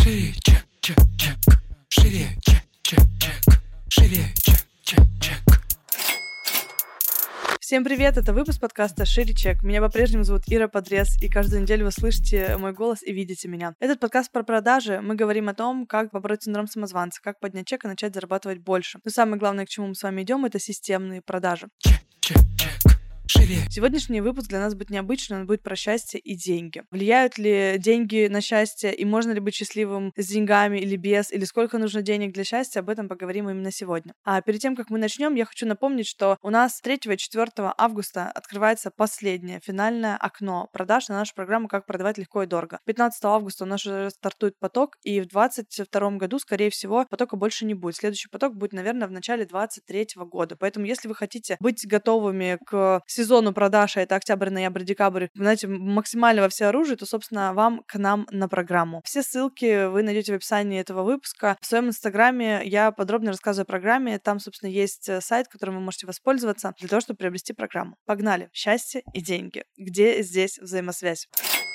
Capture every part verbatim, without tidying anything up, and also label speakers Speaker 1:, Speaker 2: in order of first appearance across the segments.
Speaker 1: Шире, чек, чек, чек. Шире, чек, чек, чек. Шире, чек, чек, чек.
Speaker 2: Всем привет, это выпуск подкаста «Шире чек». Меня по-прежнему зовут Ира Подрез, и каждую неделю вы слышите мой голос и видите меня. Этот подкаст про продажи. Мы говорим о том, как побороть синдром самозванца, как поднять чек и начать зарабатывать больше. Но самое главное, к чему мы с вами идем, это системные продажи.
Speaker 1: Чек, чек, чек. Шире.
Speaker 2: Сегодняшний выпуск для нас будет необычный, он будет про счастье и деньги. Влияют ли деньги на счастье, и можно ли быть счастливым с деньгами или без, или сколько нужно денег для счастья, об этом поговорим именно сегодня. А перед тем, как мы начнем, я хочу напомнить, что у нас третьего и четвёртого августа открывается последнее, финальное окно продаж на нашу программу «Как продавать легко и дорого». пятнадцатого августа у нас уже стартует поток, и в двадцать втором году, скорее всего, потока больше не будет. Следующий поток будет, наверное, в начале двадцать третьего года. Поэтому, если вы хотите быть готовыми к сезону продаж, а это октябрь, ноябрь, декабрь, знаете, максимально во всеоружие, то, собственно, вам к нам на программу. Все ссылки вы найдете в описании этого выпуска. В своем инстаграме я подробно рассказываю о программе. Там, собственно, есть сайт, которым вы можете воспользоваться для того, чтобы приобрести программу. Погнали! Счастье и деньги. Где здесь взаимосвязь?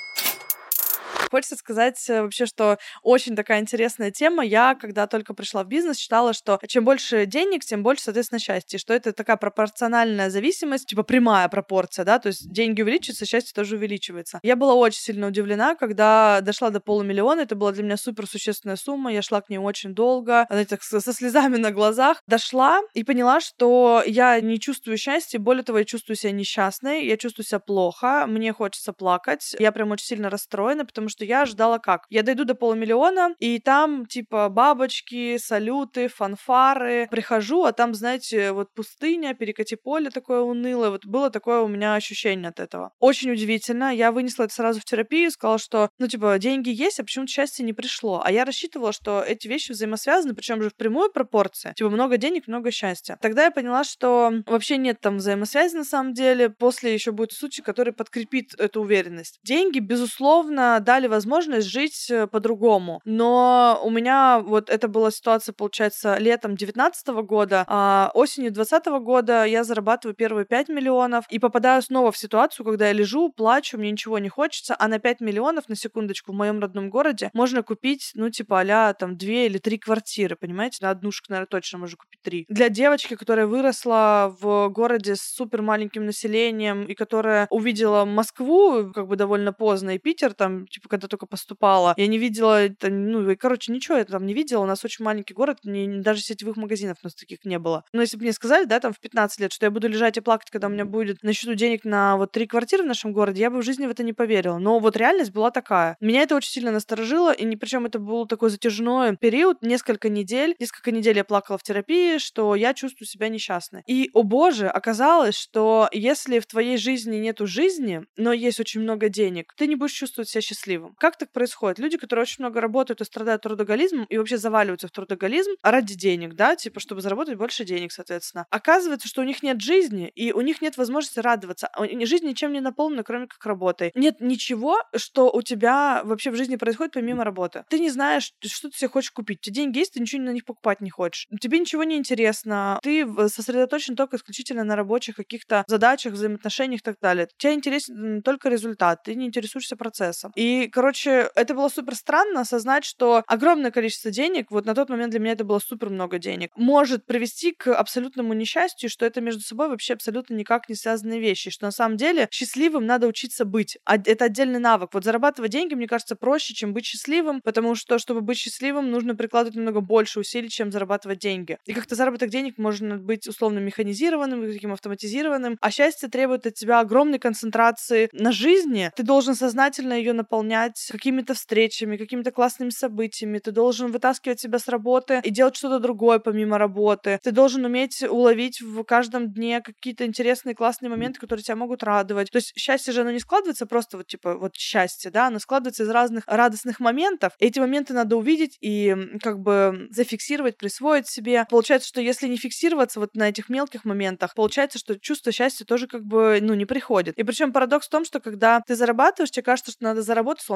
Speaker 2: Хочется сказать вообще, что очень такая интересная тема. Я, когда только пришла в бизнес, считала, что чем больше денег, тем больше, соответственно, счастья. Что это такая пропорциональная зависимость, типа прямая пропорция, да, то есть деньги увеличиваются, счастье тоже увеличивается. Я была очень сильно удивлена, когда дошла до полумиллиона. Это была для меня супер существенная сумма. Я шла к ней очень долго, знаете, со слезами на глазах. Дошла и поняла, что я не чувствую счастья. Более того, я чувствую себя несчастной, я чувствую себя плохо, мне хочется плакать. Я прям очень сильно расстроена, потому что что я ожидала как? Я дойду до полумиллиона, и там, типа, бабочки, салюты, фанфары. Прихожу, а там, знаете, вот пустыня, перекати поле такое унылое. Вот было такое у меня ощущение от этого. Очень удивительно. Я вынесла это сразу в терапию, сказала, что, ну, типа, деньги есть, а почему-то счастье не пришло. А я рассчитывала, что эти вещи взаимосвязаны, причем же в прямой пропорции. Типа, много денег, много счастья. Тогда я поняла, что вообще нет там взаимосвязи на самом деле. После еще будет случай, который подкрепит эту уверенность. Деньги, безусловно, дали возможность жить по-другому. Но у меня вот это была ситуация, получается, летом девятнадцатого года, а осенью двадцатого года я зарабатываю первые пять миллионов и попадаю снова в ситуацию, когда я лежу, плачу, мне ничего не хочется, а на пять миллионов, на секундочку, в моем родном городе можно купить, ну, типа, а-ля там две или три квартиры, понимаете? На однушку, наверное, точно можно купить три. Для девочки, которая выросла в городе с супер маленьким населением и которая увидела Москву как бы довольно поздно и Питер там, типа, когда только поступала. Я не видела, это, ну, и, короче, ничего я там не видела. У нас очень маленький город, не, даже сетевых магазинов у нас таких не было. Но если бы мне сказали, да, там в пятнадцать лет, что я буду лежать и плакать, когда у меня будет на счету денег на вот три квартиры в нашем городе, я бы в жизни в это не поверила. Но вот реальность была такая. Меня это очень сильно насторожило, и причем это был такой затяжной период, несколько недель. Несколько недель я плакала в терапии, что я чувствую себя несчастной. И, о боже, оказалось, что если в твоей жизни нету жизни, но есть очень много денег, ты не будешь чувствовать себя счастливым. Как так происходит? Люди, которые очень много работают и страдают трудоголизмом и вообще заваливаются в трудоголизм ради денег, да, типа, чтобы заработать больше денег, соответственно. Оказывается, что у них нет жизни, и у них нет возможности радоваться. Жизнь ничем не наполнена, кроме как работой. Нет ничего, что у тебя вообще в жизни происходит помимо работы. Ты не знаешь, что ты себе хочешь купить. У тебя деньги есть, ты ничего на них покупать не хочешь. Тебе ничего не интересно. Ты сосредоточен только исключительно на рабочих каких-то задачах, взаимоотношениях и так далее. Тебя интересен только результат, ты не интересуешься процессом. И, короче, это было супер странно осознать, что огромное количество денег, вот на тот момент для меня это было супер много денег, может привести к абсолютному несчастью, что это между собой вообще абсолютно никак не связанные вещи, что на самом деле счастливым надо учиться быть. А это отдельный навык. Вот зарабатывать деньги, мне кажется, проще, чем быть счастливым, потому что, чтобы быть счастливым, нужно прикладывать намного больше усилий, чем зарабатывать деньги. И как-то заработок денег может быть условно механизированным, таким автоматизированным, а счастье требует от тебя огромной концентрации на жизни. Ты должен сознательно ее наполнять какими-то встречами, какими-то классными событиями. Ты должен вытаскивать себя с работы и делать что-то другое помимо работы. Ты должен уметь уловить в каждом дне какие-то интересные, классные моменты, которые тебя могут радовать. То есть счастье же, оно не складывается просто вот типа вот счастье, да, оно складывается из разных радостных моментов. И эти моменты надо увидеть и как бы зафиксировать, присвоить себе. Получается, что если не фиксироваться вот на этих мелких моментах, получается, что чувство счастья тоже как бы, ну, не приходит. И причем парадокс в том, что когда ты зарабатываешь, тебе кажется, что надо заработать,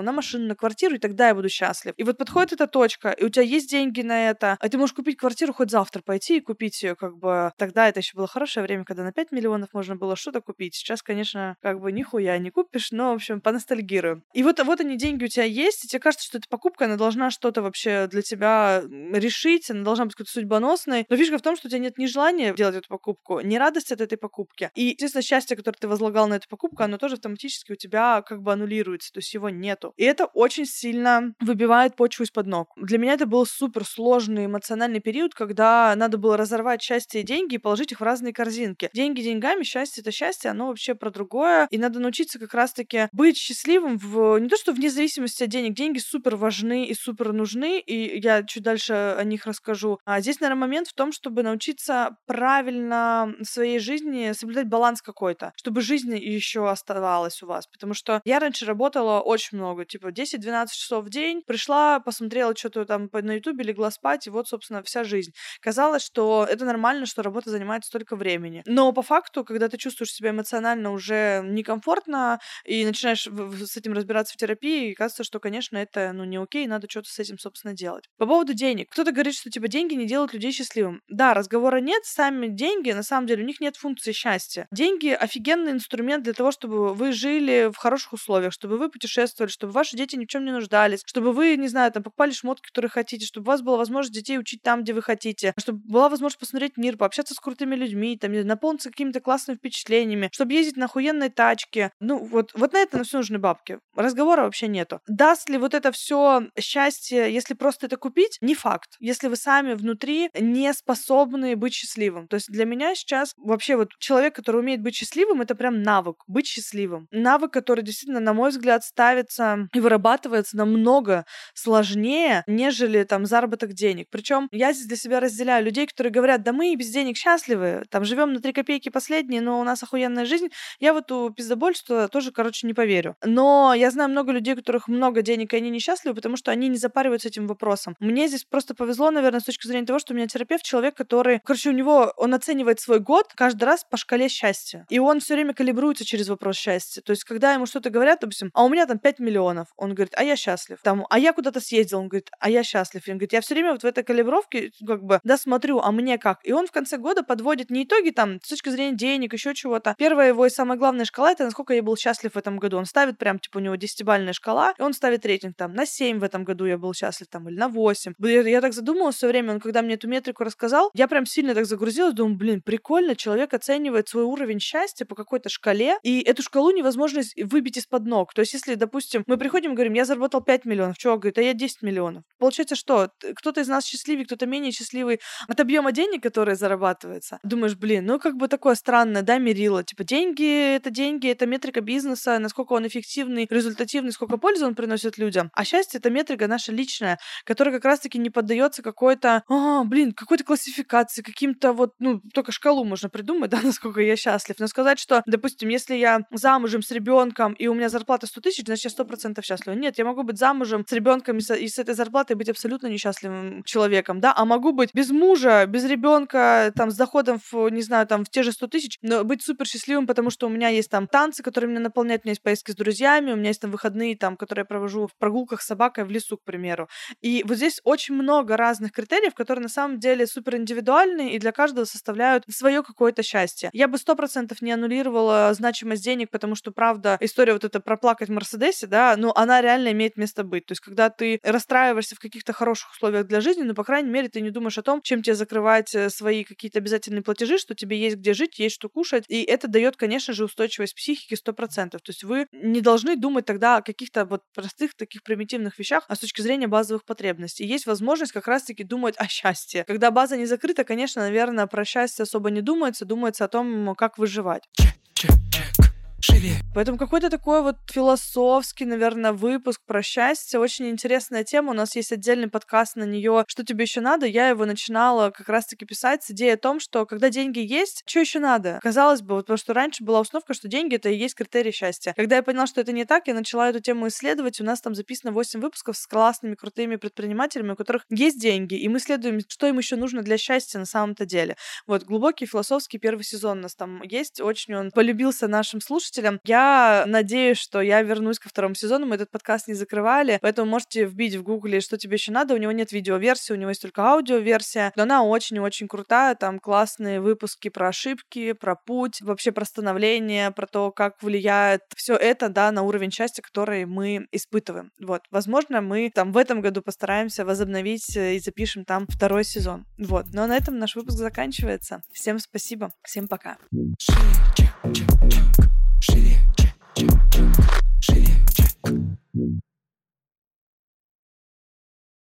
Speaker 2: условно, на машину, на квартиру, и тогда я буду счастлив. И вот подходит эта точка, и у тебя есть деньги на это, а ты можешь купить квартиру хоть завтра пойти и купить ее, как бы. Тогда это еще было хорошее время, когда на пять миллионов можно было что-то купить. Сейчас, конечно, как бы нихуя не купишь, но, в общем, поностальгирую. И вот, вот они, деньги у тебя есть, и тебе кажется, что эта покупка, она должна что-то вообще для тебя решить, она должна быть какой-то судьбоносной. Но фишка в том, что у тебя нет ни желания делать эту покупку, ни радости от этой покупки. И, естественно, счастье, которое ты возлагал на эту покупку, оно тоже автоматически у тебя как бы аннулируется, то есть его нету. И это очень сильно выбивает почву из-под ног. Для меня это был супер сложный эмоциональный период, когда надо было разорвать счастье и деньги и положить их в разные корзинки. Деньги деньгами, счастье — это счастье, оно вообще про другое. И надо научиться как раз-таки быть счастливым в... не то, что вне зависимости от денег. Деньги супер важны и супер нужны, и я чуть дальше о них расскажу. А здесь, наверное, момент в том, чтобы научиться правильно в своей жизни соблюдать баланс какой-то, чтобы жизнь еще оставалась у вас. Потому что я раньше работала очень много, типа десять-двенадцать часов в день, пришла, посмотрела что-то там на ютубе, легла спать, и вот, собственно, вся жизнь. Казалось, что это нормально, что работа занимает столько времени. Но по факту, когда ты чувствуешь себя эмоционально уже некомфортно и начинаешь с этим разбираться в терапии, кажется, что, конечно, это, ну, не окей, надо что-то с этим, собственно, делать. По поводу денег. Кто-то говорит, что, типа, деньги не делают людей счастливым. Да, разговора нет, сами деньги, на самом деле, у них нет функции счастья. Деньги — офигенный инструмент для того, чтобы вы жили в хороших условиях, чтобы вы путешествовали, чтобы ваши дети ни в чем не нуждались, чтобы вы, не знаю, там, покупали шмотки, которые хотите, чтобы у вас была возможность детей учить там, где вы хотите, чтобы была возможность посмотреть мир, пообщаться с крутыми людьми, там, наполниться какими-то классными впечатлениями, чтобы ездить на охуенной тачке. Ну, вот, вот на это на все нужны бабки. Разговора вообще нету. Даст ли вот это все счастье, если просто это купить? Не факт. Если вы сами внутри не способны быть счастливым. То есть для меня сейчас вообще вот человек, который умеет быть счастливым, это прям навык. Быть счастливым. Навык, который действительно, на мой взгляд, ставится и вырабатывается намного сложнее, нежели там заработок денег. Причем я здесь для себя разделяю людей, которые говорят: да мы и без денег счастливы, там живем на три копейки последние, но у нас охуенная жизнь. Я в эту пиздобольство тоже, короче, не поверю. Но я знаю много людей, у которых много денег, и они несчастливы, потому что они не запариваются этим вопросом. Мне здесь просто повезло, наверное, с точки зрения того, что у меня терапевт человек, который, короче, у него, он оценивает свой год каждый раз по шкале счастья. И он все время калибруется через вопрос счастья. То есть, когда ему что-то говорят, допустим, а у меня там пять миллионов, он говорит: а я счастлив. Там, а я куда-то съездил, он говорит: а я счастлив. И он говорит: я все время вот в этой калибровке, как бы, да, смотрю, а мне как? И он в конце года подводит не итоги там с точки зрения денег, еще чего-то. Первая его и самая главная шкала — это насколько я был счастлив в этом году. Он ставит прям, типа, у него десятибалльная шкала, и он ставит рейтинг там на семь в этом году я был счастлив, там, или на восемь. Я, я так задумалась все время, он когда мне эту метрику рассказал, я прям сильно так загрузилась, думаю, блин, прикольно, человек оценивает свой уровень счастья по какой-то шкале, и эту шкалу невозможно выбить из-под ног. То есть, если, допустим, мы приходим и говорим: я заработал пять миллионов, чувак говорит: а я десять миллионов. Получается, что кто-то из нас счастливый, кто-то менее счастливый от объема денег, которые зарабатывается. Думаешь, блин, ну как бы такое странное, да, мерило. Типа, деньги — это деньги, это метрика бизнеса, насколько он эффективный, результативный, сколько пользы он приносит людям. А счастье — это метрика наша личная, которая как раз-таки не поддается какой-то, а, блин, какой-то классификации, каким-то вот, ну, только шкалу можно придумать, да, насколько я счастлив. Но сказать, что, допустим, если я замужем с ребенком и у меня зарплата сто тысяч, значит, я сто процентов счастлива. Нет, я могу быть замужем с ребенком и с, и с этой зарплатой быть абсолютно несчастливым человеком, да, а могу быть без мужа, без ребенка, там, с доходом в, не знаю, там, в те же сто тысяч, но быть супер счастливым, потому что у меня есть там танцы, которые меня наполняют, у меня есть поездки с друзьями, у меня есть там выходные, там, которые я провожу в прогулках с собакой в лесу, к примеру. И вот здесь очень много разных критериев, которые на самом деле супер индивидуальны и для каждого составляют свое какое-то счастье. Я бы сто процентов не аннулировала значимость денег, потому что, правда, история вот эта проплакать в Мерседесе, да, ну, она реально имеет место быть. То есть, когда ты расстраиваешься в каких-то хороших условиях для жизни, ну, по крайней мере, ты не думаешь о том, чем тебе закрывать свои какие-то обязательные платежи, что тебе есть где жить, есть что кушать. И это дает, конечно же, устойчивость психики сто процентов. То есть вы не должны думать тогда о каких-то вот простых таких примитивных вещах, а с точки зрения базовых потребностей. Есть возможность как раз-таки думать о счастье. Когда база не закрыта, конечно, наверное, про счастье особо не думается, думается о том, как выживать.
Speaker 1: Чек, чек, живее.
Speaker 2: Поэтому какой-то такой вот философский, наверное, выпуск про счастье. Очень интересная тема. У нас есть отдельный подкаст на нее «Что тебе еще надо?». Я его начинала как раз-таки писать с идеей о том, что когда деньги есть, что еще надо? Казалось бы, вот потому что раньше была установка, что деньги — это и есть критерий счастья. Когда я поняла, что это не так, я начала эту тему исследовать. У нас там записано восемь выпусков с классными, крутыми предпринимателями, у которых есть деньги, и мы исследуем, что им еще нужно для счастья на самом-то деле. Вот, глубокий философский первый сезон у нас там есть. Очень он полюбился нашим слушателям, слушателям. Я надеюсь, что я вернусь ко второму сезону. Мы этот подкаст не закрывали, поэтому можете вбить в гугле, что тебе еще надо. У него нет видеоверсии, у него есть только аудиоверсия, но она очень-очень крутая. Там классные выпуски про ошибки, про путь, вообще про становление, про то, как влияет все это, да, на уровень счастья, который мы испытываем. Вот, возможно, мы там в этом году постараемся возобновить и запишем там второй сезон. Вот, но на этом наш выпуск заканчивается. Всем спасибо, всем пока.
Speaker 1: Шире, чек, чек, чек. Шире.